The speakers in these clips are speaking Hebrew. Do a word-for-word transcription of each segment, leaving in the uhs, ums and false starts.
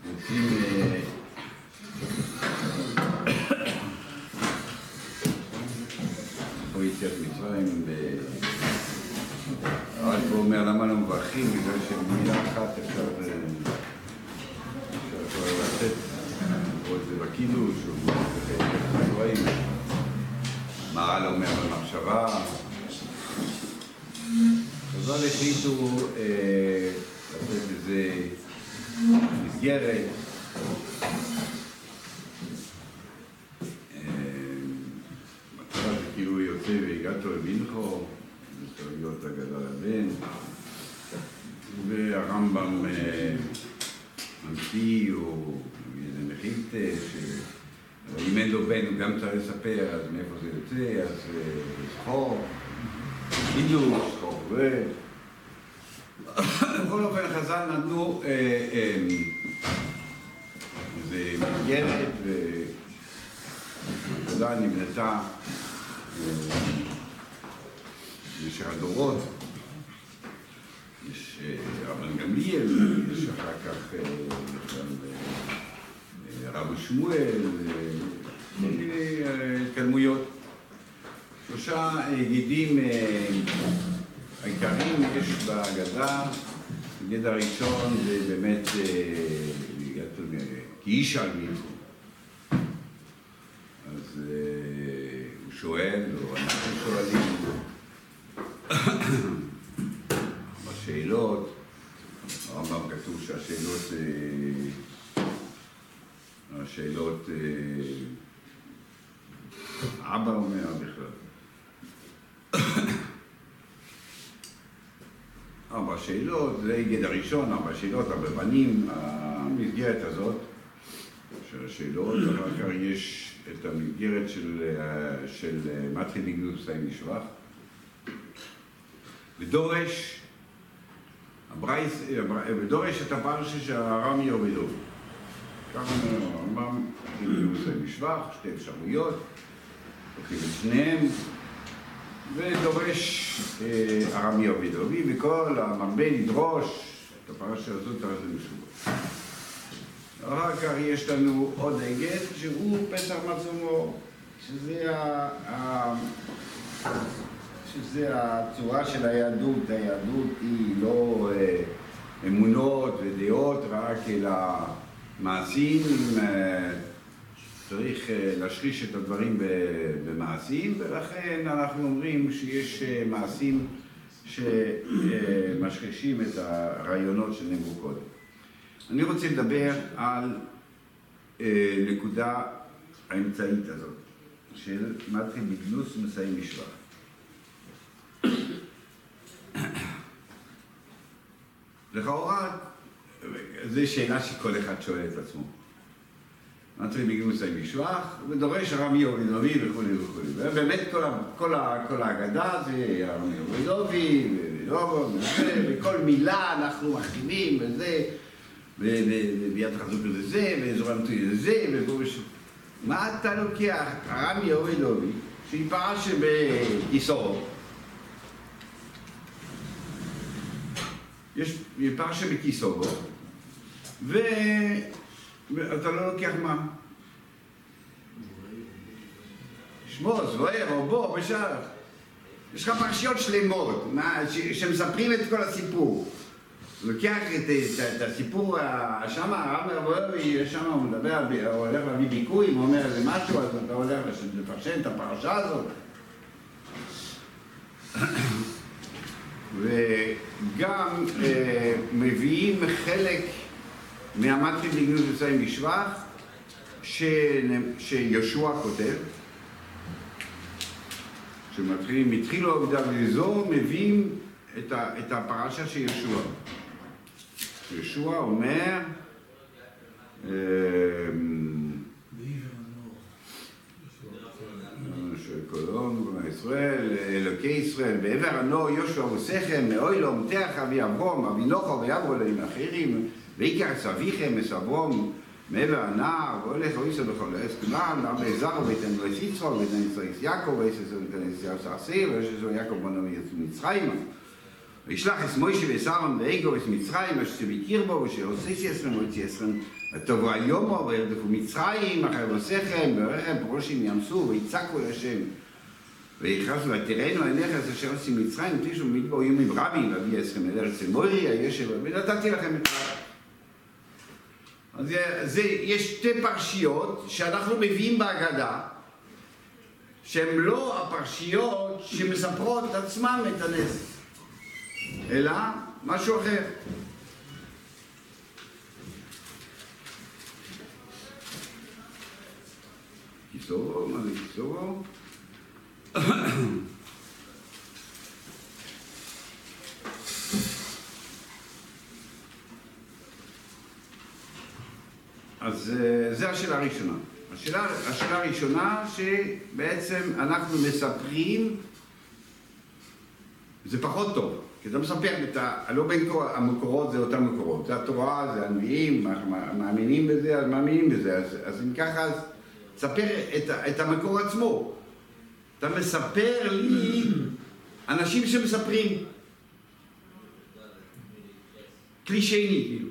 יוצאים פה יציאת מצרים, הרב פה אומר למה לא מברכים, בגלל שבמילה אחת אפשר לתת, או את זה בקידוש, או בדברים, מהר"ל אומר במחשבה. חז"ל החליטו לתת לזה מסגרת, בהתחלה זה כאילו יוצא והגעתו לבינכו, זה צריך להיות הגדה לבן, והרמב"ם ממציא או איזה מחילתא, אם אין לו בן הוא גם צריך לספר, אז מאיפה זה יוצא, אז זכור, קידוש, זכור ו... בכל אופן חז"ל נתנו איזה מסגרת והגדה נבנתה במשך הדורות. יש רבן גמליאל, יש אחר כך רבי שמואל, כל מיני התקדמויות. שלושה גידים העיקריים יש בהגדה. הגיד הראשון זה באמת כאיש על מישהו. אז הוא שואל, או אנחנו שואלים בשאלות. הרמב"ם כתוב שהשאלות השאלות אבא אומר בכלל. ארבע שאלות, זה היגד הראשון, ארבע שאלות, ארבע בנים, המסגרת הזאת של השאלות. אחר כך יש את המסגרת של, של מתחיל בגנות סיים משבח. ודורש, הברייס, ודורש את הפרשה של הרמי עובדו. כך אומר הרמב"ם, מתחיל בגנות סיים משבח, שתי אפשרויות, לוקחים את שניהם. ודורש הרמי עובדובי, וכל המרבה לדרוש את הפרשה הזאת על זה משובו. אחר כך יש לנו עוד היגד שהוא פסח מצומו, שזה, ה... שזה הצורה של היהדות. היהדות היא לא אמונות ודעות רק אלא מעשים. צריך להשריש את הדברים במעשים, ולכן אנחנו אומרים שיש מעשים שמשרישים את הרעיונות שנאמרו קודם. אני רוצה לדבר על נקודה האמצעית הזאת, של מתחיל בגנוס ומסיים משבח. לכאורה, זו שאלה שכל אחד שואל את עצמו. מתחיל בגנוס מסיים משבח, ודורש הרמי עובדובי וכו' וכו'. ובאמת כל ההגדה זה הרמי עובדובי, וכל מילה אנחנו מכינים וזה, וביד חזוק זה זה, ואזור המתוי זה זה, ובורש... מה אתה לוקח? הרמי עובדובי, שהיא פרשה בכיסאו, יש פרשה בכיסאו, ו... ואתה לא לוקח מה? שמות, זוהר, או בו, בשער. יש לך פרשיות שלמות, שמספרים את כל הסיפור. לוקח את, את, את הסיפור, שם הרב מרבובי, שם הוא מדבר, הוא הולך להביא ביקויים, הוא אומר איזה משהו, אז אתה הולך לפרשן את הפרשה הזאת. וגם אה, מביאים חלק מהמתחיל בגנות מסיים משבח שיהושע כותב, שמתחילים, התחילו עובדה וזו, מביאים את, ה, את הפרשה של יהושע. יהושע אומר, שקולום, ישראל, אלוקי ישראל, בעבר הנור יהושע עושכם, מאוילום, תח אבי אברום, אבי נוחו ויברו אלוהים אחרים, ויקח סביכם מסברום מעבר הנער, והולך אויסו בכל ארץ כנען, אבי זרו ויתן לו את יצחוק, ויתן לו את יעקב, ויתן לו את יעקב סעשיר, ויתן לו יעקב בנו יצאו מצרימה. וישלח את מוישה ושרם ואגו את מצרים, אשר בקיר בו, ושעושה שעשרם ומוציא עשרם, ותבוא היומו, וירדפו מצרים, אחר נוסכם, ורכם פרושים ימסו, ויצעקו להשם. ויכרסו ותראינו עיניך את אשר עושים מצרים, ותשו מדבר יומים רבים, ואביא עשכם אל ארץ מורי, הישב, ונתתי לכם את זה. אז זה, יש שתי פרשיות שאנחנו מביאים בהגדה, שהן לא הפרשיות שמספרות את עצמם את הנס, אלא משהו אחר. כיסורו, מה זה כיסורו? אז זו השאלה הראשונה. השאלה, השאלה הראשונה שבעצם אנחנו מספרים, זה פחות טוב, כי אתה מספר, לא בין המקורות זה אותם מקורות, זה התורה, זה הנביאים, מאמינים בזה, אז מאמינים בזה, אז, אז אם ככה, אז תספר את, את המקור עצמו. אתה מספר לי אנשים שמספרים, כלי שני, כאילו.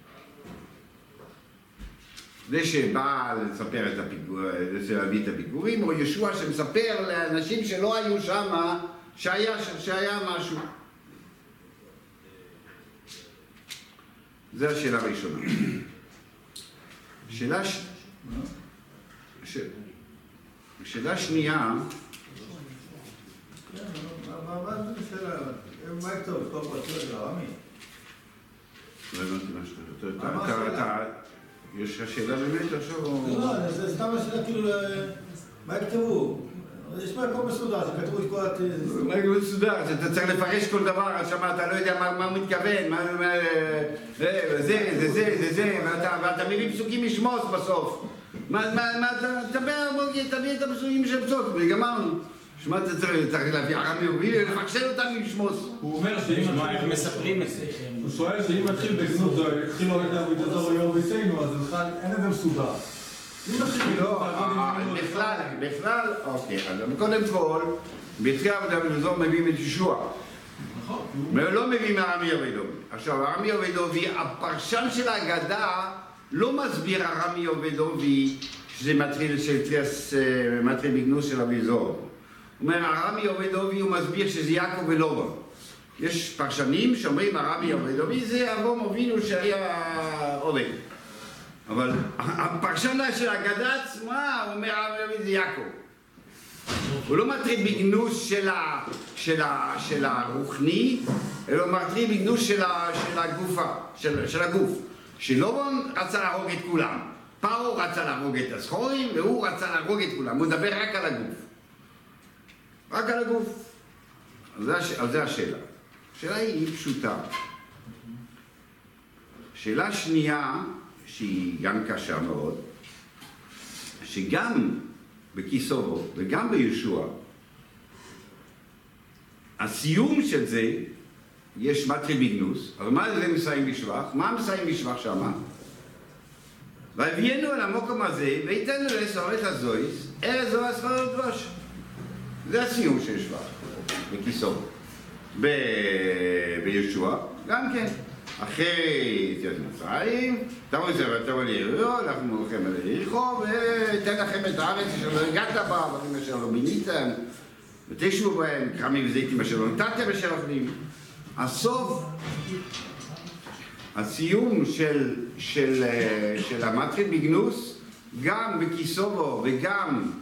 זה שבא לספר את הפיגור, זה להביא את הפיגורים, או ישוע שמספר לאנשים שלא היו שם, שהיה, שהיה משהו. זו השאלה הראשונה. שאלה, ש... ש... שאלה שנייה, מה זה שאלה? מה כתוב? כל פרשיות זה רמי? לא הבנתי מה שאתה... יש לך שאלה באמת עכשיו או... לא, זה סתם השאלה כאילו... מה יכתבו? יש מה הכל מסודר, זה כתבו את כל... מה הכל מסודר? אתה צריך לפרש כל דבר, עכשיו אתה לא יודע מה הוא מתכוון, זה, זה, זה, זה, זה, ואתה מביא פסוקים משמוס בסוף. מה אתה... תביא את הפסוקים של פסוק, וגמרנו. שמה אתה צריך להביא ערמי ובילי, לפרשל אותם משמוס. הוא אומר שאם... איך מספרים את זה? הוא שואל שאם מתחיל בגנות זו, התחילו את הביטזור יום ביתנו, אז בכלל אין את זה מסודר. לא, בכלל, בכלל, אוקיי, אז קודם כל, בתחילה עבודה בגנות מביאים את ישוע. נכון. לא מביאים ארמי אבידובי. עכשיו, ארמי אבידובי, הפרשן של ההגדה לא מסביר ארמי אבידובי שזה מתחיל של תריאס, מתחיל בגנות של אביזור. הוא אומר, הרמי עובדובי הוא מסביר שזה יעקב ולובן. יש פרשנים שאומרים, הרמי עובדובי זה אברהם אבינו שהיה עובד. אבל הפרשן של ההגדה עצמה, הוא אומר, הרמי עובדובי זה יעקב. הוא לא מטריד בגנוס של, ה, של, ה, של הרוחני, אלא הוא מטריד בגנוס של, ה, של הגופה, של, של הגוף. שלובן רצה להרוג את כולם. פאו רצה להרוג את הסחורים, והוא רצה להרוג את כולם. הוא מדבר רק על הגוף. רק על הגוף. על זה השאלה. השאלה היא פשוטה. שאלה שנייה, שהיא גם קשה מאוד, שגם בכיסובו וגם בישוע, הסיום של זה, יש מטרי ביגנוס, אבל מה זה מסיים בשבח? מה מסיים בשבח שמה? והביינו אל המוקם הזה, ויתנו לסור את הזויס, ארץ זו הספר ודבש. זה הסיום של שבח, בכיסובו. בישוע, גם כן. אחרי יציאת מצרים, תבואו ותבואו ליריחו, אנחנו הולכים על יריחו, ותן לכם את הארץ אשר לא הגעת בה, ואתם אשר לא מיניתם, ותשבו בהם, כרמים וזיתים אשר לא נתתם אשר אוכלים. הסוף, הסיום של, של, של המטרין ביגנוס, גם בכיסובו וגם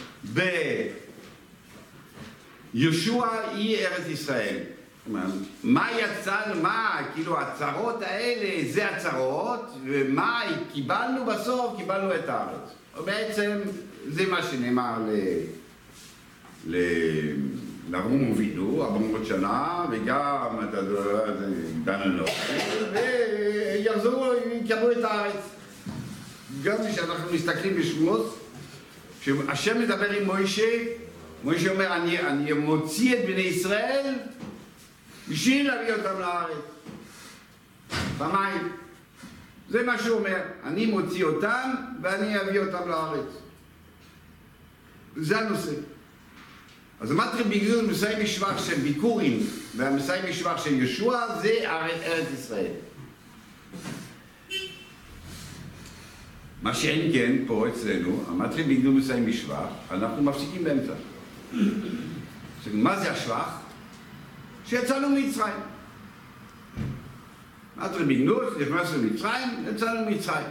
בישוע היא ארץ ישראל. מה יצאנו, מה, כאילו הצרות האלה זה הצרות, ומה קיבלנו בסוף, קיבלנו את הארץ. בעצם זה מה שנאמר ל... לאברהם אבינו, ארבע מאות שנה, וגם את דן הנופל, ויחזרו, יקבלו את הארץ. גם כשאנחנו מסתכלים בשמות, כשהשם מדבר עם מוישה, מוישה אומר, אני, אני מוציא את בני ישראל, בשביל להביא אותם לארץ. פעמיים. זה מה שהוא אומר. אני מוציא אותם ואני אביא אותם לארץ. זה הנושא. אז המטרי בגנוז מסיים משבח של ביקורים והמסיים משבח של ישוע זה ארץ ישראל. מה שאין כן פה אצלנו, המטרי בגנוז מסיים משבח, אנחנו מפסיקים באמצע. מה זה השבח? שיצאנו ממצרים. מטרי בגנוז, נכנסנו למצרים, יצאנו ממצרים.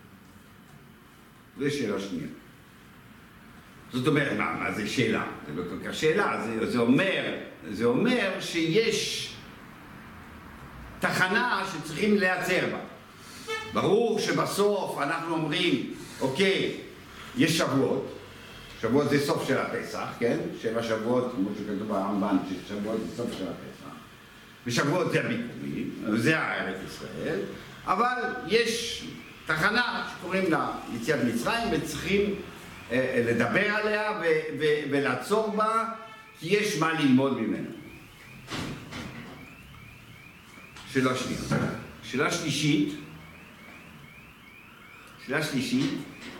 זו שאלה שנייה. זאת אומרת, מה, מה זה שאלה? זה לא כל כך שאלה, זה, זה אומר, זה אומר שיש תחנה שצריכים לייצר בה. ברור שבסוף אנחנו אומרים, אוקיי, יש שבועות, שבועות זה סוף של הפסח, כן? שבע שבועות, כמו שכתוב ברמב"ן, שבועות זה סוף של הפסח. ושבועות זה הביקורים, זה הארץ ישראל, אבל יש תחנה שקוראים לה יציאת מצרים וצריכים לדבר עליה ו- ו- ולעצור בה, כי יש מה ללמוד ממנו. שאלה שנייה. שאלה שלישית, שאלה שלישית,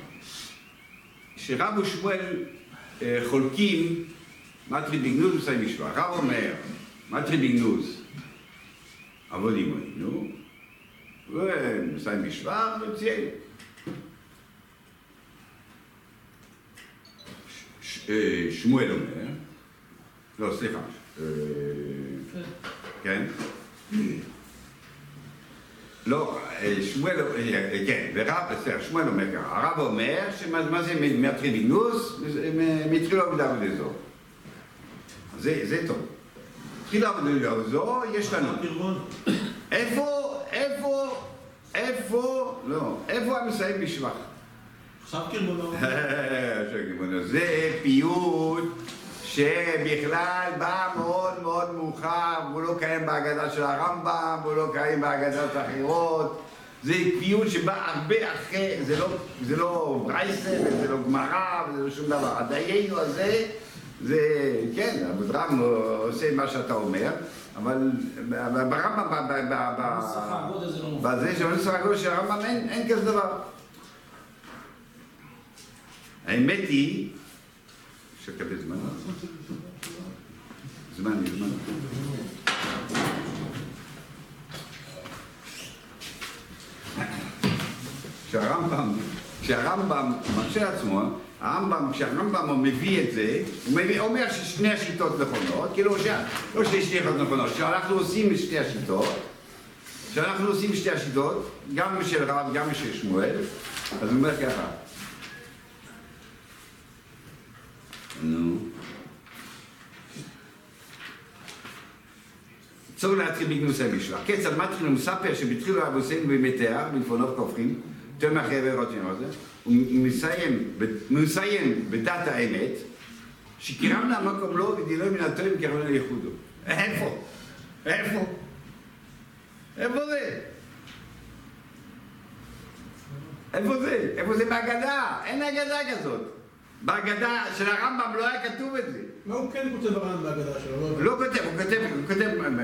שרב ושמואל חולקים מטרי בגנוז מסיים משבח. רב אומר, מטרי בגנוז, עבודים עלינו, ומסיים משבח ויוצאים. שמואל אומר, לא, סליחה, כן? לא, שמואל, כן, ורב, סליחה, שמואל אומר ככה, הרב אומר, שמה זה מטרי בגנוז? מתחילו עבודה ולזור. זה טוב. מתחילו עבודה ולזור, יש לנו. איפה, איפה, איפה, לא, איפה המסיים בשבח? עכשיו קרבונו. זה פיוט שבכלל בא מאוד מאוד מאוחר, והוא לא קיים בהגדה של הרמב"ם, והוא לא קיים בהגדות אחרות. זה פיוט שבא הרבה אחרי, זה לא, זה לא ברייסה, וזה לא גמרא, וזה לא שום דבר. הדיינו הזה, זה, כן, אברהם עושה מה שאתה אומר, אבל ברמב"ם, בזה שבנוסח הגודל של הרמב"ם אין כזה דבר. האמת היא, שקבל זמן, זמן, זמן. כשהרמב"ם, כשהרמב"ם מרשה עצמו, הרמב"ם, כשהרמב"ם מביא את זה, הוא מביא, אומר ששני השיטות נכונות, כאילו לא שני שיטות נכונות, שאנחנו עושים שתי השיטות, שאנחנו עושים שתי השיטות, גם של רב, גם של שמואל, אז הוא אומר ככה, נו. צור להתחיל בגנוז המשבח. כיצד מתחיל ומספר שבתחילו אבוסינו במתאר, בלפונות כופרים, תום אחרי עבירות הזה, הוא מסיים בדת האמת, שקירם למקום לו ודילו מן הטועים קרבנו לייחודו. איפה? איפה? איפה זה? איפה זה? איפה זה בהגדה? אין הגדה כזאת. בהגדה של הרמב"ם לא היה כתוב את זה. מה הוא כן כותב הרמב"ם בהגדה שלו? הוא לא כותב, הוא כותב, הוא כותב,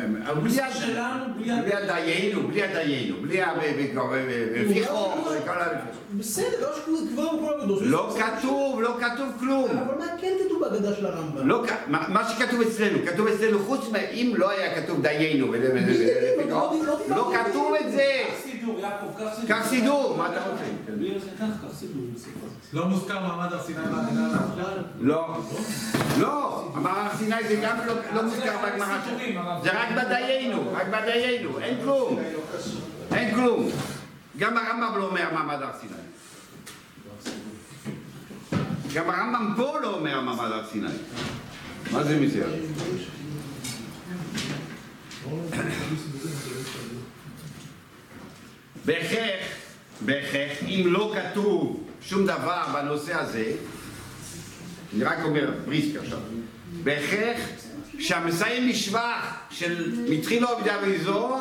בלי הדיינו, בלי הדיינו, בלי הפיחו, בסדר, לא שכבר הוא כל הגדול. לא כתוב, לא כתוב כלום. אבל מה כן כתוב בהגדה של הרמב"ם? מה שכתוב אצלנו, כתוב אצלנו חוץ אם לא היה כתוב דיינו, לא כתוב את זה. כך סידור, מה אתה רוצה? לא מוזכר מעמד הר סיני בהגדה? לא, לא, המעמד הר סיני זה גם לא מוזכר בגמרא, זה רק בדיינו, רק בדיינו, אין כלום, אין כלום. גם הרמב"ם לא אומר מעמד הר סיני. גם הרמב"ם פה לא אומר מעמד הר סיני. מה זה מזה? בהכרח, בהכרח, אם לא כתוב שום דבר בנושא הזה, אני רק אומר, בריסק עכשיו, בהכרח שהמסיים משבח של מתחילו עבודה ולזור,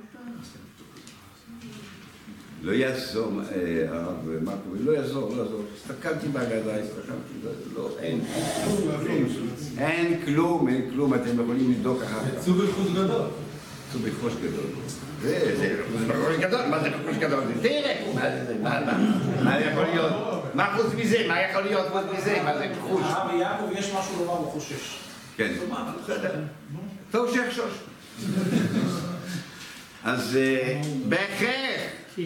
לא יעזור, הרב, מה קורה? לא יעזור, לא יעזור. הסתכלתי בהגדה, הסתכלתי, לא, אין, אין כלום, אין כלום, אתם יכולים לבדוק אחר כך. צאו ברכוש גדול. צאו ברכוש גדול. זה, זה, זה ברכוש גדול, מה זה ברכוש גדול? זה תראה, מה יכול להיות? מה חוץ מזה? מה יכול להיות חוץ מזה? מה זה ברכוש? הרב יעקב, יש משהו לומר בחושש. כן, בסדר. טוב שיחשוש. אז בהכרח,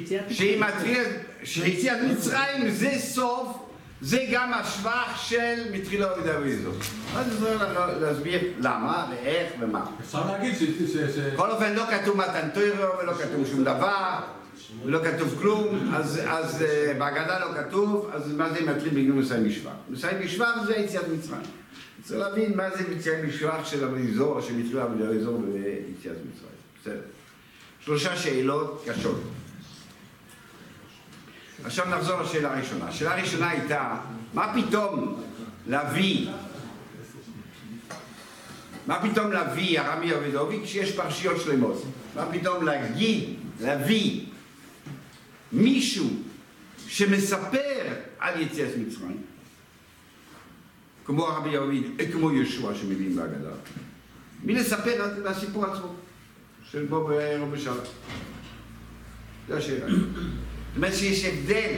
שיציאת מצרים זה סוף, זה גם השבח של מתחילו ודאביזו. אז אני רוצה להסביר למה, ואיך ומה. אפשר להגיד ש... בכל אופן לא כתוב מתן תורה ולא כתוב שום דבר, ולא כתוב כלום, אז בהגדה לא כתוב, אז מה זה מתחיל בגנות מסיים משבח? מסיים משבח זה יציאת מצרים. צריך להבין מה זה יציאת משבח של אביזו, או שמתחילה ודאביזו ויציאת מצרים. בסדר. שלושה שאלות קשות. עכשיו נחזור לשאלה הראשונה. השאלה הראשונה הייתה, מה פתאום להביא, מה פתאום להביא הרמי אבידובי כשיש פרשיות שלמות? מה פתאום להגיד, להביא מישהו שמספר על יציאת מצרים, כמו הרבי אביד, כמו ישוע שמביאים בהגדה, מי לספר על הסיפור עצמו של בו בערב בשבת? זו השאלה. זאת אומרת שיש הבדל,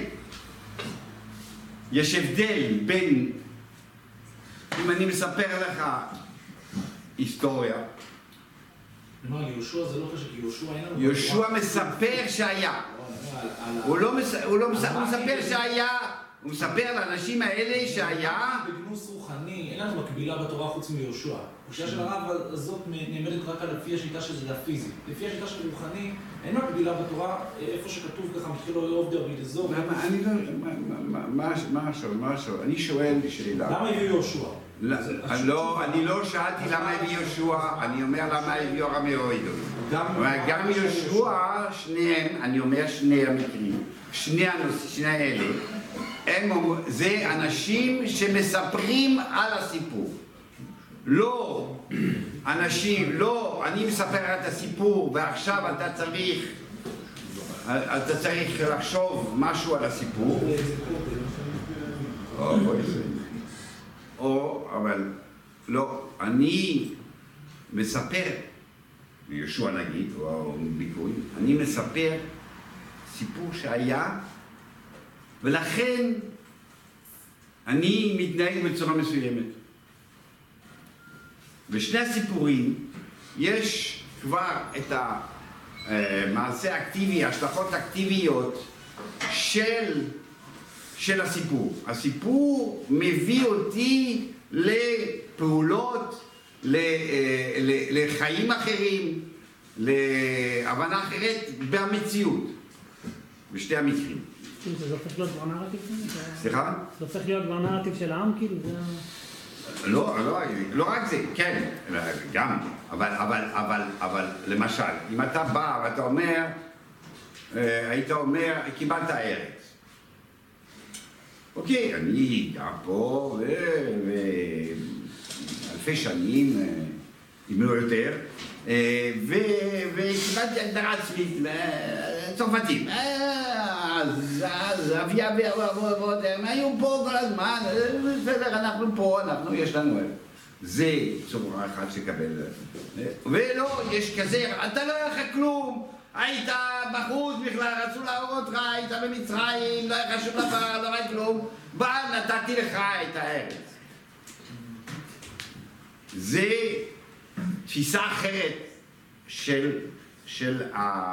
יש הבדל בין, אם אני מספר לך היסטוריה, כלומר, יהושע זה לא קשה, כי יהושע אין לנו... יהושע מספר שהיה. הוא לא מספר שהיה, הוא מספר לאנשים האלה שהיה... בגנוס רוחני, אין לנו מקבילה בתורה חוץ מיהושע. הקושייה של הרב הזאת נאמדת רק על לפי השיטה שזה הפיזי. לפי השיטה של רוחני, אין מקבילה בתורה איפה שכתוב ככה מתחילו עובדי אביד אזור. אני לא... מה עכשיו? מה עכשיו? אני שואל שאלה. למה הביאו יהושע? לא, אני לא שאלתי למה הביא יהושע, אני אומר למה הביאו הרמי אבידובי. גם יהושע, שניהם, אני אומר שני המקרים, שני האלה, זה אנשים שמספרים על הסיפור. לא, אנשים, לא, אני מספר את הסיפור ועכשיו אתה צריך, אתה צריך לחשוב משהו על הסיפור. או, בואי זה. או, אבל לא, אני מספר, יהושע נגיד, או ביקוי, אני מספר סיפור שהיה, ולכן אני מתנהג בצורה מסוימת. בשני הסיפורים יש כבר את המעשה האקטיבי, ההשלכות האקטיביות של, של הסיפור. הסיפור מביא אותי לפעולות, לחיים אחרים, להבנה אחרת במציאות, בשתי המקרים. זה הופך להיות כבר נרטיב? סליחה? זה הופך להיות כבר נרטיב של העם, כאילו? לא, לא, לא רק זה, כן, גם, אבל, אבל, אבל, אבל, למשל, אם אתה בא ואתה אומר, היית אומר, קיבלת ארץ. אוקיי, אני גם פה, ואלפי שנים, אם לא יותר, וקיבלתי הגדרה עצמית, צרפתים. אז אביה ואבות, הם היו פה כל הזמן, בסדר, אנחנו פה, אנחנו, יש לנו... זה צורה אחת שקבל. ולא, יש כזה, אתה לא היה לך כלום, היית בחוץ בכלל, רצו להרוג אותך, היית במצרים, לא היה לך שום דבר, לא היה כלום, בא, נתתי לך את הארץ. זה תפיסה אחרת של, של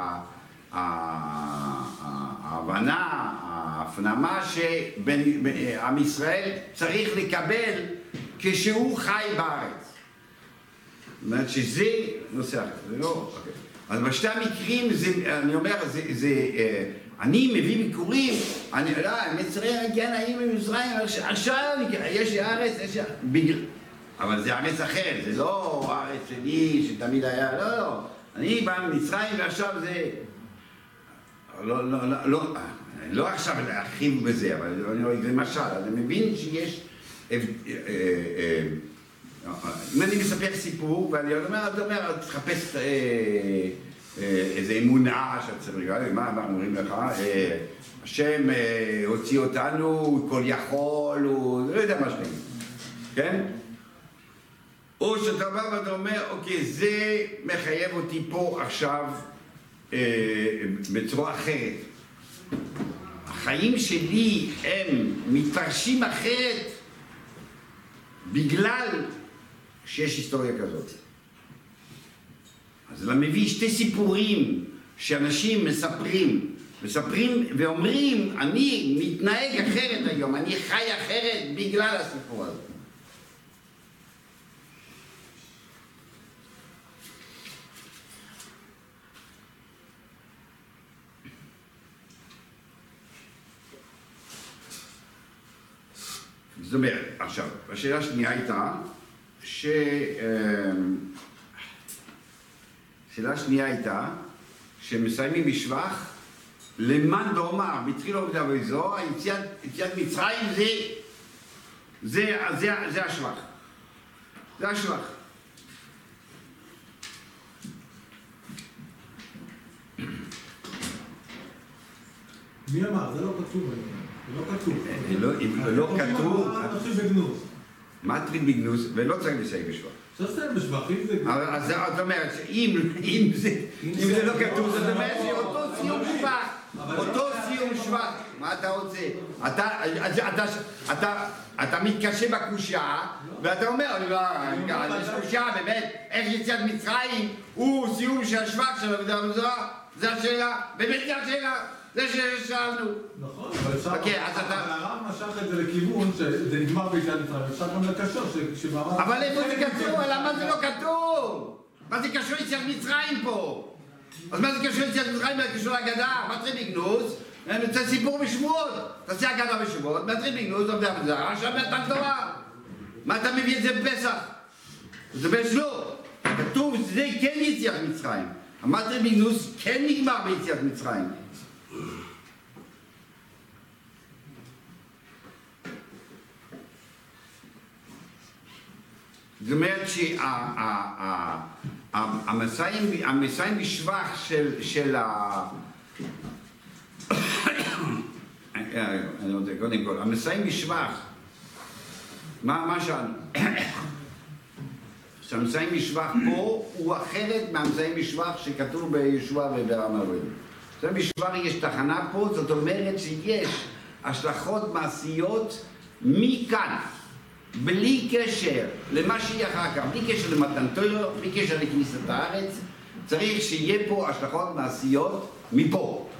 ההבנה, ההפנמה שעם ישראל צריך לקבל כשהוא חי בארץ. זאת אומרת שזה נושא אחר, זה לא... אז בשתי המקרים, זה, אני אומר, זה, זה, אני מביא ביקורים, אני לא, מצרים, כן, היינו במצרים, עכשיו יש לי ארץ, יש לי... בגלל... אבל זה ארץ אחרת, זה לא הארץ שלי שתמיד היה, לא, לא. אני בא ממצרים ועכשיו זה... לא, לא, לא, לא, לא עכשיו להרחיב בזה, אבל זה משל, אני מבין שיש... אם אני מספר סיפור, ואני אומר, אתה אומר, תחפש איזו אמונה שאת צריך, מה אומרים לך? השם הוציא אותנו, כל יכול, הוא לא יודע מה שאני, כן? או שאתה בא ואתה אומר, אוקיי, זה מחייב אותי פה עכשיו בצורה אחרת. החיים שלי הם מתפרשים אחרת בגלל שיש היסטוריה כזאת. אז למביא שתי סיפורים שאנשים מספרים, מספרים ואומרים, אני מתנהג אחרת היום, אני חי אחרת בגלל הסיפור הזה. זאת אומרת, עכשיו, השאלה השנייה הייתה, ש... השאלה השנייה הייתה, שמסיימים בשבח, למען דומר, בתחילו עובדה באזור, יציאת מצרים זה, זה, זה, זה השבח. זה השבח. מי אמר? זה לא כתוב. זה לא כתוב. אם לא כתוב... מתחיל בגנוז. מתחיל בגנוז, ולא צריך לסיים בשבח. אפשר לסיים בשבח, אם זה... אז זאת אומרת, שאם זה לא כתוב, זאת אומרת שאותו סיום שבח, אותו סיום שבח, מה אתה רוצה? אתה מתקשה בקושייה, ואתה אומר, יש קושייה, באמת, איך יציאת מצרים הוא סיום של השבח של עבודה בזרוע? זה השאלה, באמת זה השאלה, זה ששאלנו. נכון, אבל אפשר... הרב משך את זה לכיוון שזה נגמר ביציאת מצרים, אפשר גם לקשר שמעמד... אבל איפה זה כתוב? למה זה לא כתוב? מה זה קשור יציאת מצרים פה? אז מה זה קשור יציאת מצרים? מה זה קשור להגדה? מתחיל בגנוז, זה סיפור בשבועות. תעשה הגדה בשבועות, מתחיל בגנוז, עובדה בזרע, עכשיו מתן תורה. מה אתה מביא את זה בפסח? זה בש לא. כתוב, זה כן יציאת מצרים. המתחיל בגנוז כן נגמר ביציאת מצרים. זאת אומרת שהמסיים בשבח של ה... אני רוצה, קודם כל, המסיים בשבח, מה שאלנו? שהמסיים בשבח פה הוא אחרת מהמסיים בשבח שכתוב בישוע וברמב"ם. המסיים בשבח יש תחנה פה, זאת אומרת שיש השלכות מעשיות מכאן. בלי קשר למה שיהיה אחר כך, בלי קשר למתן תורה, בלי קשר לכניסת הארץ, צריך שיהיה פה השלכות מעשיות מפה.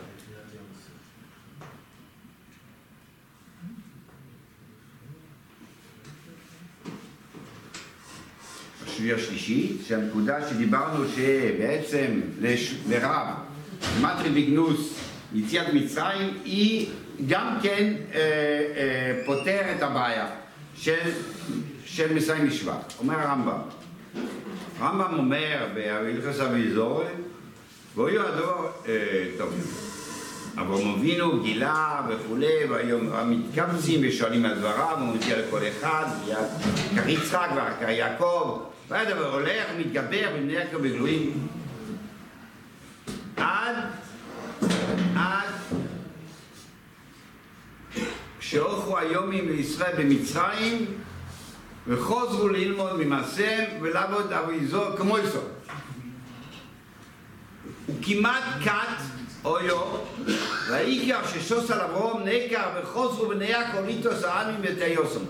השביעי השלישי, שהנקודה שדיברנו שבעצם לרב, מתרי בגנוס, יציאת מצרים, היא גם כן אה, אה, פותר את הבעיה. של, של מסיים משבח. אומר הרמב"ם. הרמב"ם אומר בהלכות אביזור, והוא הדור, אה, טוב, אברהם אבינו גילה וכולי, והיום המתקבצים ושואלים על דבריו, הוא מציע לכל אחד, כך יצחק וכך יעקב, והדבר הולך, מתגבר ובני יעקב בגלויים. עד, עד, שאוכו היומים לישראל במצרים וחוזרו ללמוד ממעשיהם ולעבוד אביזור כמו יסוד. הוא כמעט קט אויו והעיקר ששוס על אברהם נקר וחוזרו בני יעקב ליטוס העמים ותיוסם.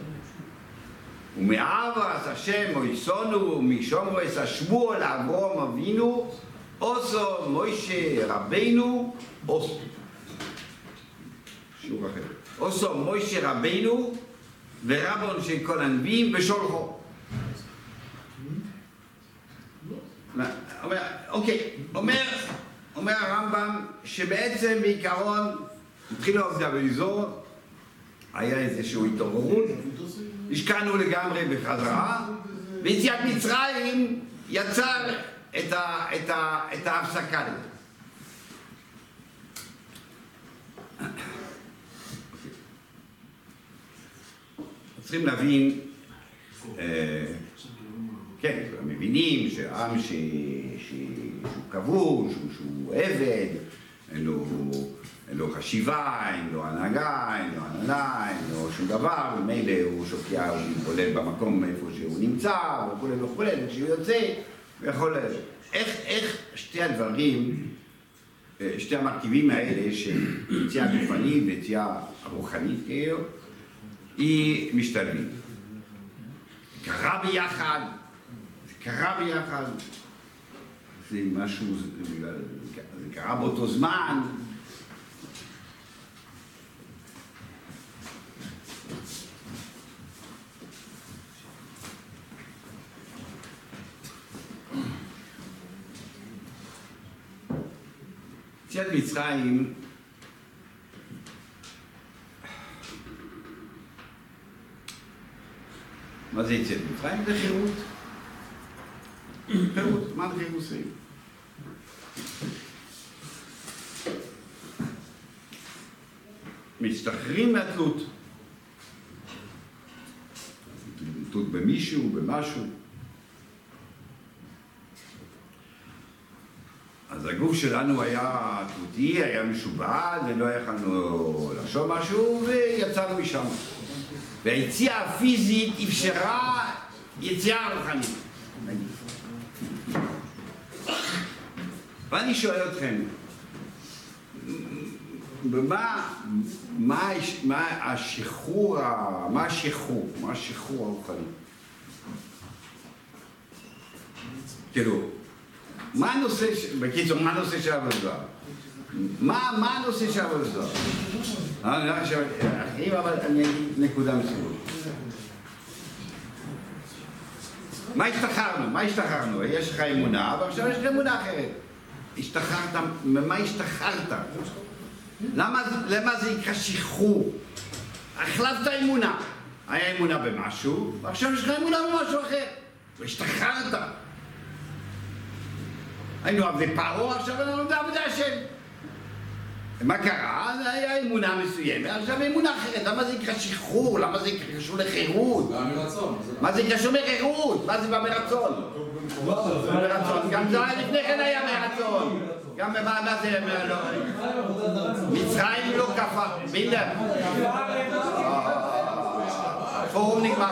ומאהבס השם מויסונו ומשומרס השבוע לאברהם אבינו עושו מוישה רבינו עושו. שיעור אחר. עושו מוישה רבינו ורבון של כל הנביאים ושולחו. אומר, אוקיי, אומר, אומר הרמב"ם שבעצם בעיקרון התחילו עובדה באזור, היה איזשהו התעוררות, השקענו לגמרי בחזרה, ויציאת מצרים יצר את, ה, את, ה, את ההפסקה לזה. צריכים להבין, כן, מבינים שעם שהוא כבוש, שהוא עבד, אין לו חשיבה, אין לו הנהגה, אין לו הנהלה, אין לו שום דבר, ומילא הוא שוקע, הוא מתבולל במקום איפה שהוא נמצא, וכו' וכו', וכשהוא יוצא, הוא יכול... איך שתי הדברים, שתי המרכיבים האלה של יציאה גופנית ויציאה רוחנית כאילו, היא משתלבים. קרה ביחד, קרה ביחד, זה משהו, זה קרה באותו זמן. יציאת מצרים מה זה יציאת מצרים? זה חירות. חירות, מה זה חירוסים? משתחררים מהתלות. תלות במישהו, במשהו. אז הגוף שלנו היה תלותי, היה משובד, ולא יכולנו לחשוב משהו, ויצאנו משם. והיציאה הפיזית אפשרה יציאה רוחנית. ואני שואל אתכם, מה, מה, מה השחרור, מה השחרור, מה השחרור הרוחני? כאילו, מה הנושא, בקיצור, מה הנושא של עבודה? מה, מה הנושא של עבודה? אני לא חושב, אחים, אבל אני אגיד נקודה מסוימת. מה השתחררנו? מה השתחררנו? יש לך אמונה, ועכשיו יש לך אמונה אחרת. השתחררת, ממה השתחררת? למה, למה זה יקרה שחרור? החלפת אמונה. היה אמונה במשהו, ועכשיו יש לך אמונה במשהו אחר. והשתחררת. היינו עבדי פרעה, עכשיו אנחנו בעבודי השם. מה קרה? זה היה אמונה מסוימת, עכשיו אמונה אחרת. למה זה יקרה שחרור? למה זה קשור לחירות? מה זה קשור לחירות? מה זה בא מרצון? מרצון. גם זה היה לפני כן היה מרצון. גם מה זה... מצרים לא כפה. בילדר. פורום נגמר.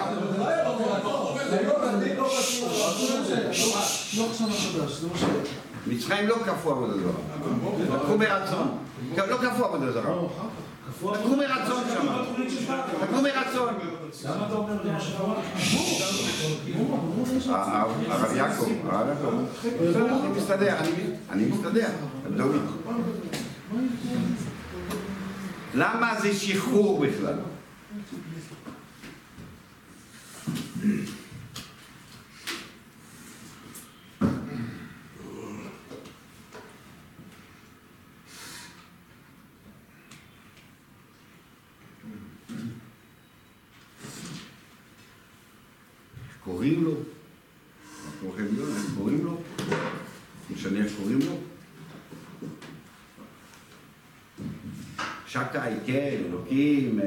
מצרים לא כפו עבודה זרה. לקחו מרצון. לא כפו עבודה זרה. לקחו מרצון שם. לקחו מרצון. למה אתה אומר לי משהו? הרב יעקב, הרב יעקב. אני מסתדר, אני מסתדר. למה זה שחרור בכלל? קוראים לו, קוראים לו, קוראים לו, משנה איך קוראים לו. שקה, איקל, אלוקים,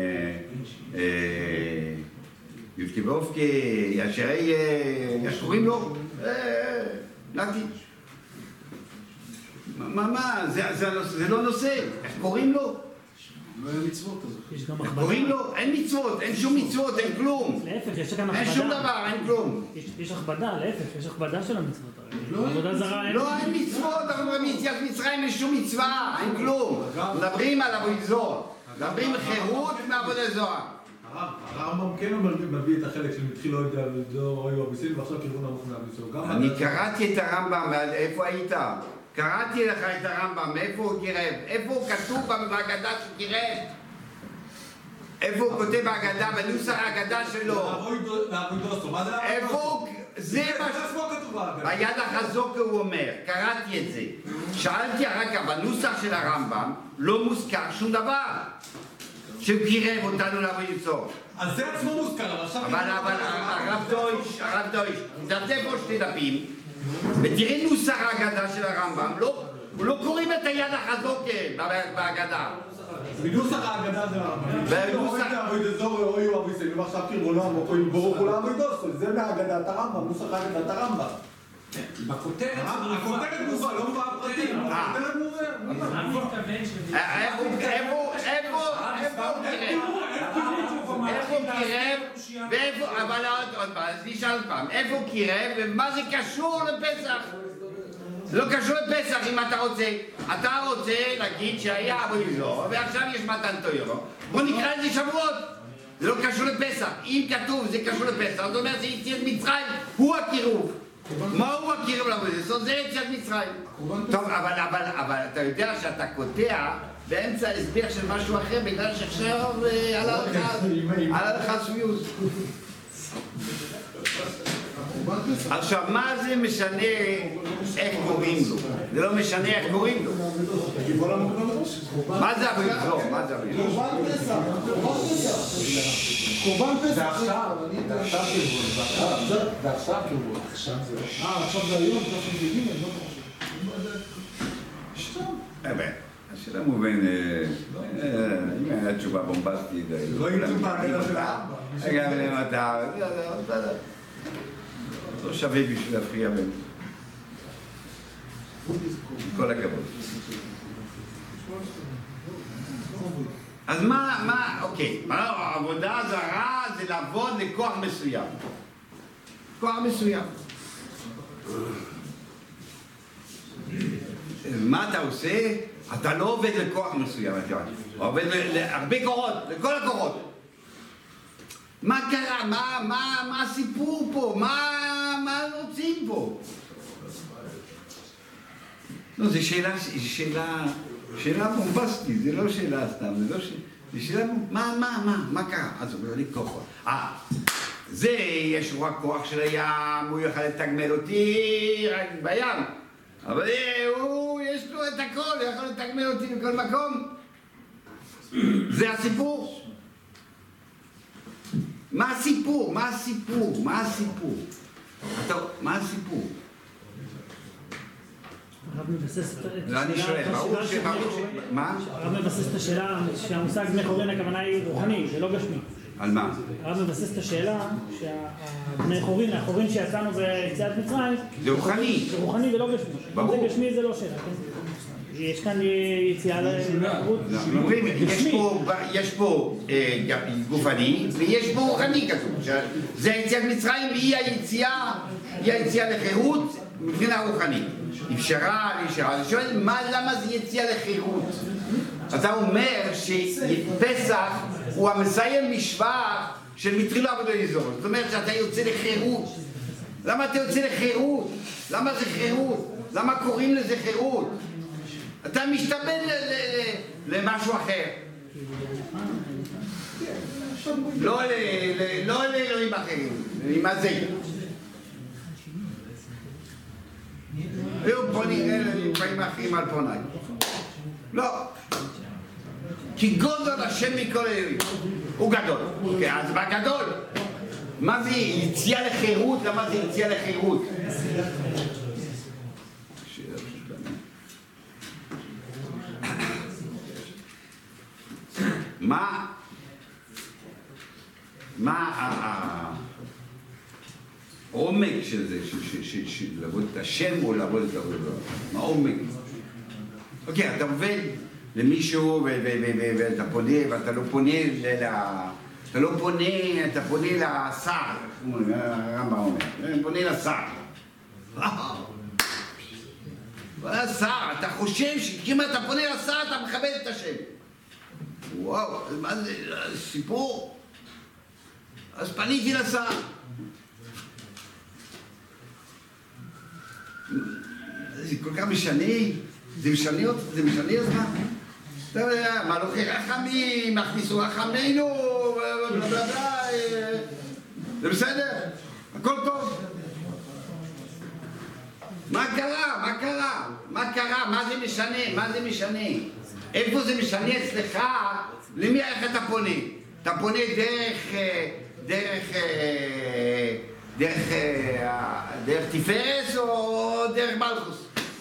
יובקי ואופקי, ישרי, איך קוראים לו? נתי. מה, מה, זה לא נושא, איך קוראים לו? לא היה מצוות אז. איך קוראים לו? אין מצוות, אין שום מצוות, אין כלום. להפך, יש כאן הכבדה. אין שום דבר, אין כלום. יש הכבדה, להפך, יש הכבדה של המצוות. עבודה זרה אין. לא, אין מצוות, אבל ביציאת מצרים אין שום מצווה, אין כלום. מדברים על עבודת זוהר. מדברים חירות מעבודת זוהר. הרמב"ם כן מביא את החלק של מתחיל לא יודע ולא היו אביסים ועכשיו כיוון עמוק מהביסים. אני קראתי את הרמב"ם, איפה היית? קראתי לך את הרמב"ם, מאיפה הוא קירב? איפה הוא כתוב בהגדה שהוא קירב? איפה הוא כותב בהגדה, בנוסח ההגדה שלו? לעבודוסו, מה זה איפה הוא... זה מה ש... ביד החזוק הוא אומר, קראתי את זה. שאלתי רק, בנוסח של הרמב"ם לא מוזכר שום דבר שהוא קירב אותנו לעבודתו. אז זה עצמו מוזכר, אבל עכשיו... אבל הרב דויש, הרב דויש, תדפי פה שתי דפים ותראי נוסח ההגדה של הרמב"ם, לא קוראים את היד החזוק בהגדה. בנוסח ההגדה זה הרמב"ם. בנוסח אבוידזור אויו אביסים, ועכשיו קרבו לעם או קוראים ברוך הוא לאבוידוסו, זה מהגדת הרמב"ם, נוסח ההגדת הרמב"ם. בכותרת הכותרת מובא, לא מובא הפרטים, הכותרת מובא. מה מתכוון שזה... איפה, איפה, איפה הוא קירב? איפה הוא קירב? ואיפה, אבל עוד פעם, אז נשאל עוד פעם, איפה הוא קירב ומה זה קשור לפסח? זה לא קשור לפסח אם אתה רוצה. אתה רוצה להגיד שהיה אבוידזור ועכשיו יש מתן תורה. בוא נקרא את זה שבועות. זה לא קשור לפסח. אם כתוב זה קשור לפסח, זאת אומרת שיציאת מצרים הוא הקירוב. מהו הקירוב לעבוד? זה יציאת מצרים. טוב, אבל, אבל, אבל אתה יודע שאתה קוטע באמצע הסבר של משהו אחר בגלל שעכשיו על החסויות. עכשיו, מה זה משנה איך קוראים לו? זה לא משנה איך קוראים לו. מה זה אבויזו? מה זה אבויזו? קורבן פסח, קורבן פסח. קורבן פסח. זה עכשיו, זה עכשיו קרבון. זה עכשיו קרבון. אה, עכשיו זה היום, עכשיו זה גימל, לא חושב. השאלה מובן, אם היה תשובה בומבסטית, לא עם תשובה, אלא של גם למטה, לא שווה בשביל להפריע בהם. כל הכבוד. אז מה, מה, אוקיי, העבודה זרה זה לעבוד לכוח מסוים. כוח מסוים. מה אתה עושה? אתה לא עובד לכוח מסוים, אתה עובד להרבה כוחות, לכל הכוחות. מה קרה? מה, מה, מה הסיפור פה? מה, מה רוצים פה? לא, זו שאלה, זו שאלה, שאלה בומבסטית, זה לא שאלה סתם, זה לא שאלה, זה שאלה, מה, מה, מה, מה קרה? אז הוא אומר לי כוחות. אה, זה, יש לו רק כוח של הים, הוא יוכל לתגמל אותי רק בים. אבל הוא, יש לו את הכל, הוא יכול לתגמל אותי בכל מקום. זה הסיפור. מה הסיפור? מה הסיפור? מה הסיפור? טוב, מה הסיפור? הרב מבסס את לא, אני שואל, ברור ש... מה? הרב מבסס את השאלה שהמושג בני חורין הכוונה היא רוחני, זה לא גשמי. על מה? הרב מבסס את השאלה שהבני חורין, החורין שיצאנו ביציאת מצרים, זה רוחני. זה רוחני ולא גשמי. ברור. אם זה גשמי זה לא שאלה, כן? יש כאן יציאה לחירות. אומרים, יש פה גופני ויש פה רוחני כתוב. זה יציאת מצרים והיא היציאה, היא היציאה לחירות מבחינה רוחנית. אפשרה, אפשרה. אני שואל, למה זה יציאה לחירות? אתה אומר שפסח הוא המסיים משוואה של מתחילו עבודו יזור. זאת אומרת שאתה יוצא לחירות. למה אתה יוצא לחירות? למה זה חירות? למה קוראים לזה חירות? אתה משתבד למשהו אחר. לא לאלוהים אחרים, עם הזה. היו פונים לפעמים אחרים על פוניי. לא. כי גודל השם מכל אלוהים. הוא גדול. אוקיי, אז מה גדול? מה זה יציאה לחירות? למה זה יציאה לחירות? מה, מה העומק של זה, של לעבוד את השם או לעבוד את העבודה? מה העומק? אוקיי, אתה עובד למישהו ואתה פונה, ואתה לא פונה אתה לא פונה, אתה פונה לשר, הרמב"ם אומר, אתה פונה לשר. לשר, אתה חושב שאם אתה פונה לשר אתה מכבד את השם. וואו, אז מה זה, סיפור? אז פניתי לשר. זה כל כך משנה, זה משנה אותך, זה משנה אותך. אתה יודע, מלוכי רחמים, הכניסו רחמנו, זה בסדר, הכל טוב. מה קרה? מה קרה? מה קרה? מה זה משנה? מה זה משנה? איפה זה משנה אצלך? למי איך אתה פונה? אתה פונה דרך, דרך, דרך, דרך תפארס או דרך מלכוס?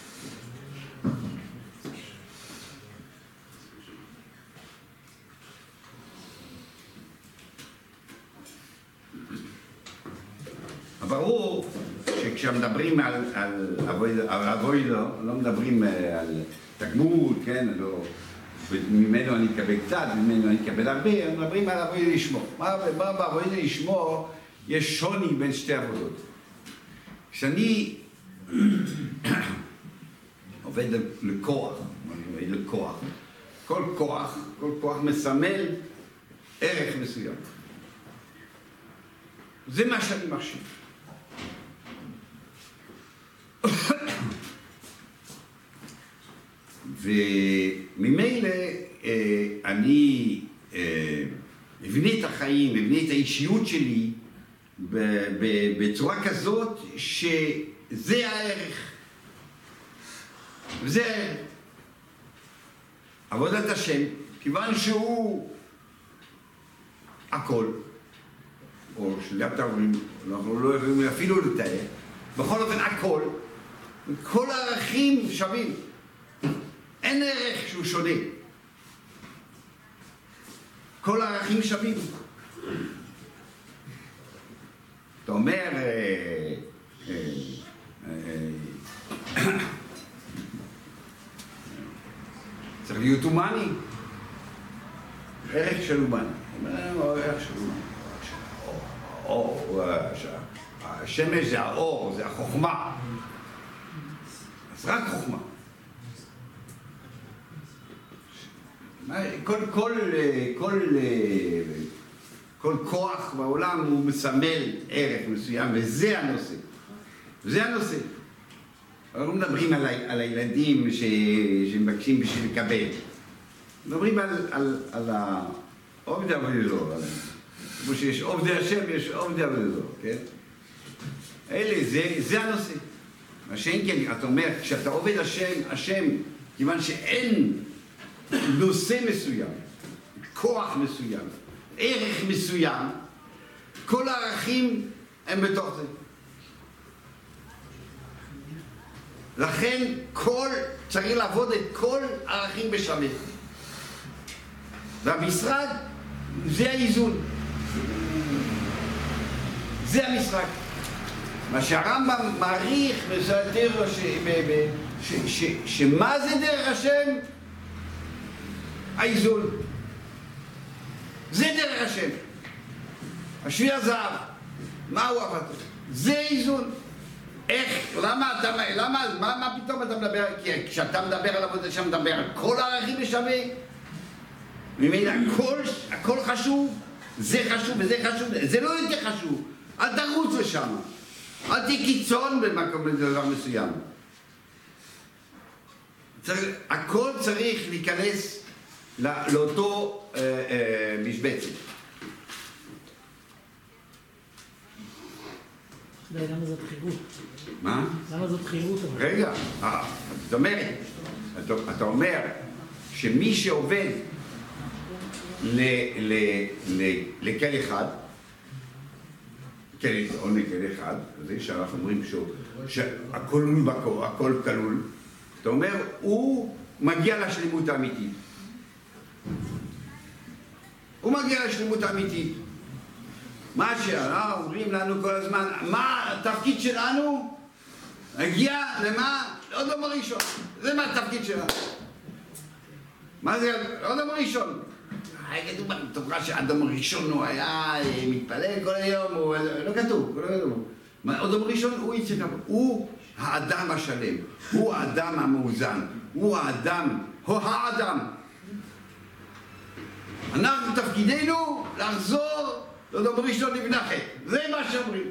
ברור שכשמדברים על אבוידו, לא מדברים על תגמול, כן, ממנו אני אקבל קצת, ממנו אני אקבל הרבה, מדברים על אבוידו לשמור. מה באבוידו לשמור יש שוני בין שתי עבודות. כשאני עובד לכוח, אני עובד לכוח, כל כוח, כל כוח מסמל ערך מסוים. זה מה שאני מחשיב. וממילא אני אבנה את החיים, אבנה את האישיות שלי בצורה כזאת שזה הערך. וזה הערך. עבודת השם, כיוון שהוא הכל, או שלאט אומרים, אנחנו לא יכולים אפילו לתאר, בכל אופן הכל, כל הערכים שווים. אין ערך שהוא שונה. כל הערכים שווים. אתה אומר, אה, אה, אה, צריך להיות הומני. ערך של הומני. ערך של הומני. האור, השמש זה האור, זה החוכמה. אז רק חוכמה. כל, כל, כל, כל כוח בעולם הוא מסמל ערך מסוים, וזה הנושא. זה הנושא. אנחנו לא מדברים על, על הילדים ש, שמבקשים בשביל לקבל. מדברים על, על, על העובדי עבודתו. כמו שיש עובדי השם, יש עובדי עבודתו, כן? אלה, זה, זה הנושא. מה שאין כן, אתה אומר, כשאתה עובד השם, השם, כיוון שאין נושא מסוים, כוח מסוים, ערך מסוים, כל הערכים הם בתוך זה. לכן כל, צריך לעבוד את כל הערכים בשווה. והמשרד זה האיזון. זה המשחק. מה שהרמב"ם מעריך בסדר שמה זה דרך השם? האיזון. זה דרך השם. השביל הזהב. מהו עבודתו? זה איזון. איך? למה אתה, למה, מה, מה פתאום אתה מדבר? כי כשאתה מדבר על עבודת השם, אתה מדבר על כל הערכים בשווה. ממילא הכל, הכל חשוב, זה חשוב וזה חשוב, זה לא יותר חשוב. אל תרוץ לשם. אל תהיה קיצון במקום לדבר מסוים. צריך, הכל צריך להיכנס לא, לאותו אה, אה, משבצת. למה זאת חירות? מה? למה זאת חירות? רגע, אה, זאת אומרת, אתה, אתה אומר שמי שעובד ל, ל, ל, לקל אחד, כן, או לקל אחד, זה שאנחנו אומרים שהכל בכל, הכל כלול, אתה אומר, הוא מגיע לשלמות האמיתית. הוא מגיע לשלמות האמיתית. מה שאנחנו אומרים לנו כל הזמן, מה התפקיד שלנו? הגיע למה? עוד דבר ראשון. זה מה התפקיד שלנו. מה זה? עוד דבר ראשון. כתוב בתורה שהאדם הראשון הוא היה מתפלל כל היום, הוא לא כתוב, לא כתוב. עוד דבר ראשון הוא יצא כמה. הוא האדם השלם, הוא האדם המאוזן, הוא האדם, הוא האדם. אנחנו תפקידנו לחזור לדבר ראשון לבנחת. זה מה שאומרים.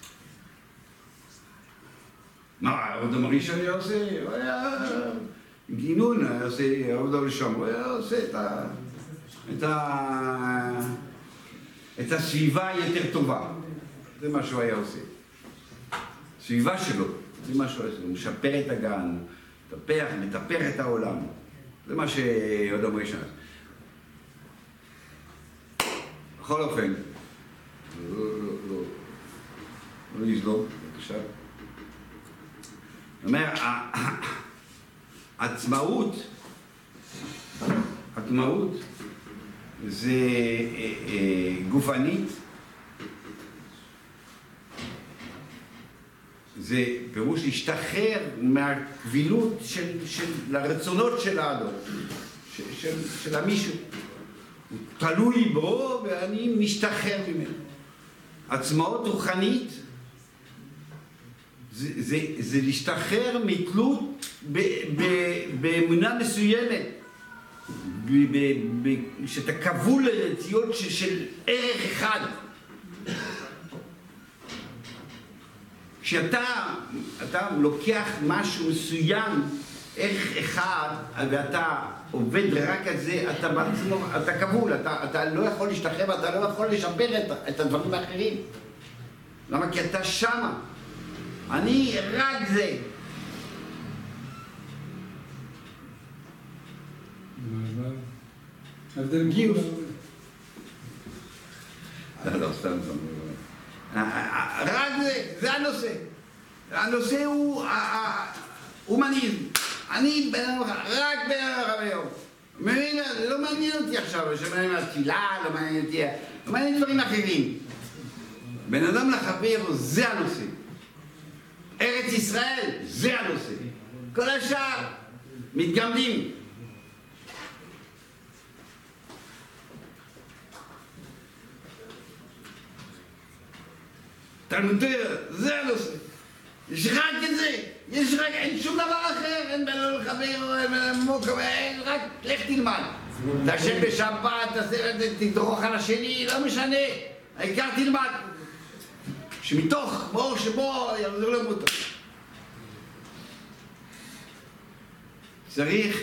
מה, עוד דבר ראשון היה עושה? הוא היה גינון, היה עושה עוד דבר ראשון, הוא היה עושה את ה... את ה... את הסביבה היותר טובה. זה מה שהוא היה עושה. סביבה שלו, זה מה שהוא עושה. הוא משפר את הגן, מטפח, מטפח את העולם. זה מה שעוד אומר שם. בכל אופן, לא, לא, לא, לא לזלום, בבקשה. זאת אומרת, העצמאות, עצמאות, זה גופנית, זה פירוש להשתחרר מהקבילות של, של הרצונות של האדם, של, של, של המישהו. הוא תלוי בו ואני משתחרר ממנו. עצמאות רוחנית זה, זה, זה להשתחרר מתלות באמונה מסוימת. שאתה כבול לרציות של ערך אחד. כשאתה אתה לוקח משהו מסוים, ערך אחד, ואתה עובד רק על זה, אתה בעצמו, אתה כבול, אתה, אתה לא יכול להשתחרר, אתה לא יכול לשפר את, את הדברים האחרים. למה? כי אתה שמה. אני רק זה. גיוס. לא, לא, סתם, רק זה, זה הנושא. הנושא הוא הומניזם. אני רק בן אדם היום. לא מעניין אותי עכשיו, שמעניין התפילה, לא מעניין אותי, לא מעניין דברים אחרים. בן אדם לחבר, זה הנושא. ארץ ישראל, זה הנושא. כל השאר מתגמדים. תלמוד תורה, זה הנושא. יש רק את זה. יש רק, אין שום דבר אחר, אין בין לא לחבר, אין בין מוקר, אין, רק לך תלמד. תשב בשבת, תדרוך על השני, לא משנה. העיקר תלמד. שמתוך בור שבו יחזור למותו. צריך,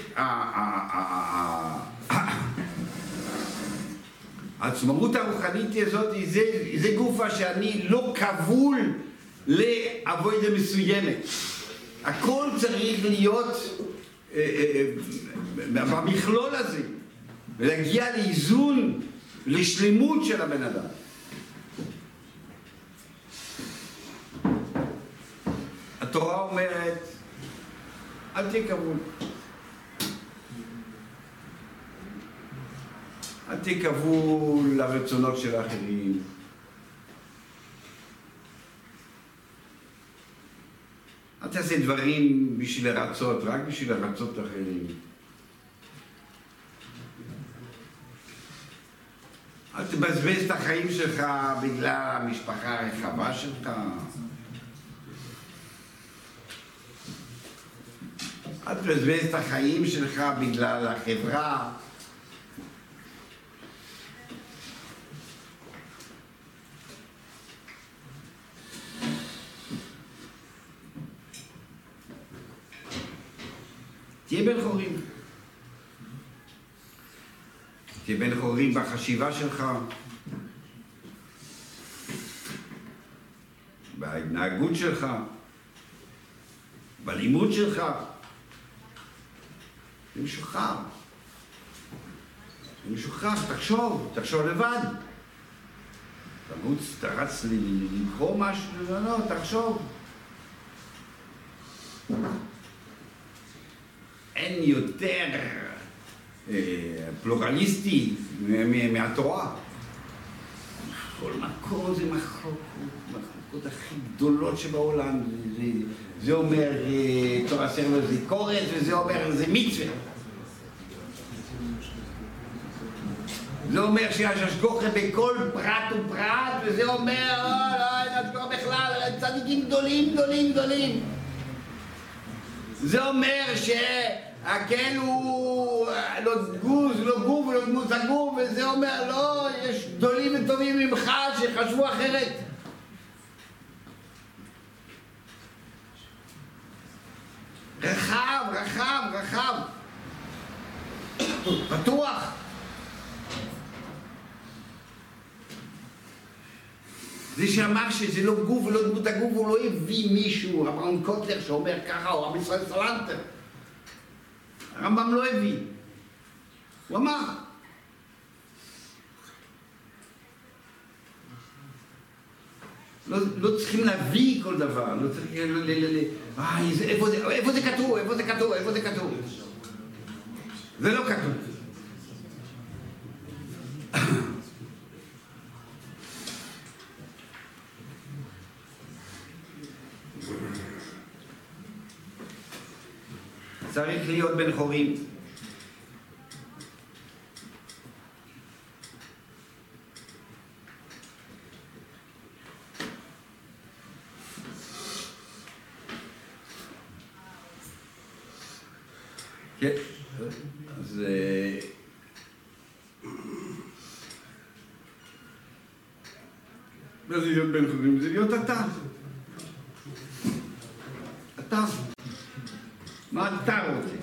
העצמאות הרוחנית הזאת, זה גופה שאני לא כבול לעבודה מסוימת. הכל צריך להיות במכלול הזה, ולהגיע לאיזון, לשלמות של הבן אדם. התורה אומרת, אל תהיה כבול. אל תהיה כבול לרצונות של האחרים. אל תעשה דברים בשביל לרצות, רק בשביל לרצות אחרים. אל תבזבז את החיים שלך בגלל המשפחה הרחבה שלך. אל תבזבז את החיים שלך בגלל החברה. תהיה בן חורים. תהיה בן חורים בחשיבה שלך, בהתנהגות שלך, בלימוד שלך. זה משוחרר. זה משוחרר, תחשוב, תחשוב לבד. תרוץ, תרץ לקרוא משהו, לא, לא, תחשוב. אין יותר אה, פלורליסטי מהתורה. כל מקום זה מחלוקות, מחלוקות הכי גדולות שבעולם. זה, זה אומר אה, תורה סרב זה קורס, וזה אומר זה מצווה. זה אומר שיש השגוחה בכל פרט ופרט, וזה אומר, לא, לא, אין השגוחה בכלל, צדיקים גדולים, גדולים, גדולים. זה אומר שהקל הוא לא גוז, לא גוף, לא דמות הגוף, וזה אומר, לא, יש גדולים וטובים ממך שחשבו אחרת. רחב, רחב, רחב. פתוח. זה שאמר שזה לא גוף ולא דמות הגוף, הוא לא הביא מישהו, רמב"ם קוטלר שאומר ככה, או רבי ישראל סלנטר. הרמב"ם לא הביא. הוא אמר. לא, לא צריכים להביא כל דבר, לא צריכים... ל, ל, ל, אה, איפה זה, איפה זה כתוב, איפה זה כתוב, איפה זה כתוב. זה לא כתוב. צריך להיות בן חורים. כן, אז מה זה להיות בן חורים? זה להיות אתה. אתה. מה אתה רוצה?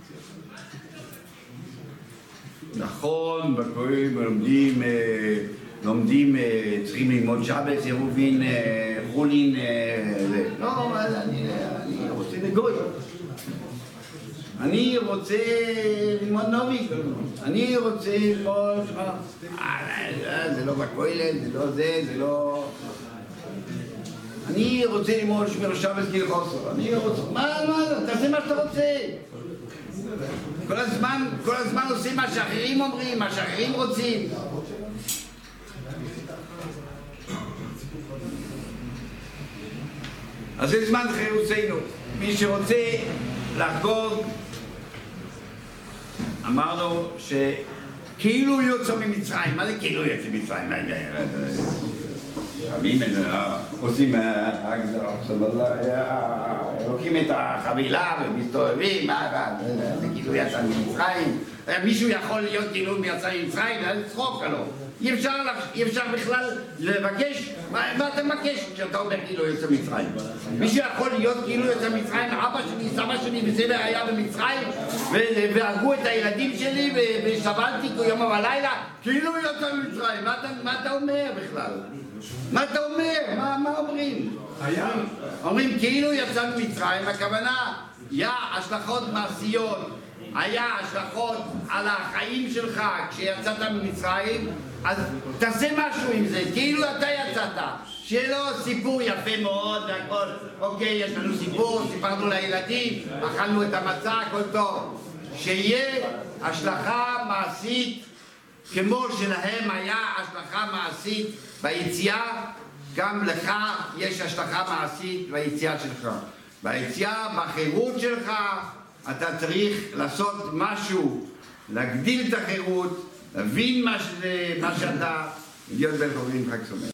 נכון, בקוראים לומדים, לומדים, צריכים ללמוד שבת, עירובין, חולין, זה. לא, אני, אני רוצה לגוי. אני רוצה ללמוד נובי. אני רוצה ללמוד... זה לא בכולל, זה לא זה, זה לא... אני רוצה ללמוד שמר שבת גיל חוסר. אני רוצה... מה, מה, תעשה מה שאתה רוצה. כל הזמן, כל הזמן עושים מה שאחרים אומרים, מה שאחרים רוצים. אז זה זמן חירותנו. מי שרוצה לחגוג, אמרנו שכאילו יוצא ממצרים. מה זה כאילו יוצא ממצרים? רבים עושים לוקחים את החבילה ומסתובבים, זה כאילו יצא ממצרים. מישהו יכול להיות כאילו יצא ממצרים, זה צחוק עליו. אי אפשר בכלל לבקש, מה אתה מבקש כשאתה אומר כאילו יוצא מצרים? מישהו יכול להיות כאילו יוצא מצרים? אבא שלי, סבא שלי וסבא היה במצרים והרגו את הילדים שלי וסבלתי יום ולילה כאילו יוצא ממצרים. מה אתה אומר בכלל? מה אתה אומר? מה אומרים? אומרים כאילו יצא ממצרים, הכוונה היה השלכות מעשיות, היה השלכות על החיים שלך כשיצאת ממצרים, אז תעשה משהו עם זה, כאילו אתה יצאת, שלא סיפור יפה מאוד והכל, אוקיי, יש לנו סיפור, סיפרנו לילדים, אכלנו את המצה, הכל טוב, שיהיה השלכה מעשית כמו שלהם היה השלכה מעשית ביציאה, גם לך יש השלכה מעשית ביציאה שלך. ביציאה, בחירות שלך, אתה צריך לעשות משהו, להגדיל את החירות, להבין מה, שזה, מה שאתה, להיות בן חורין חג שמח.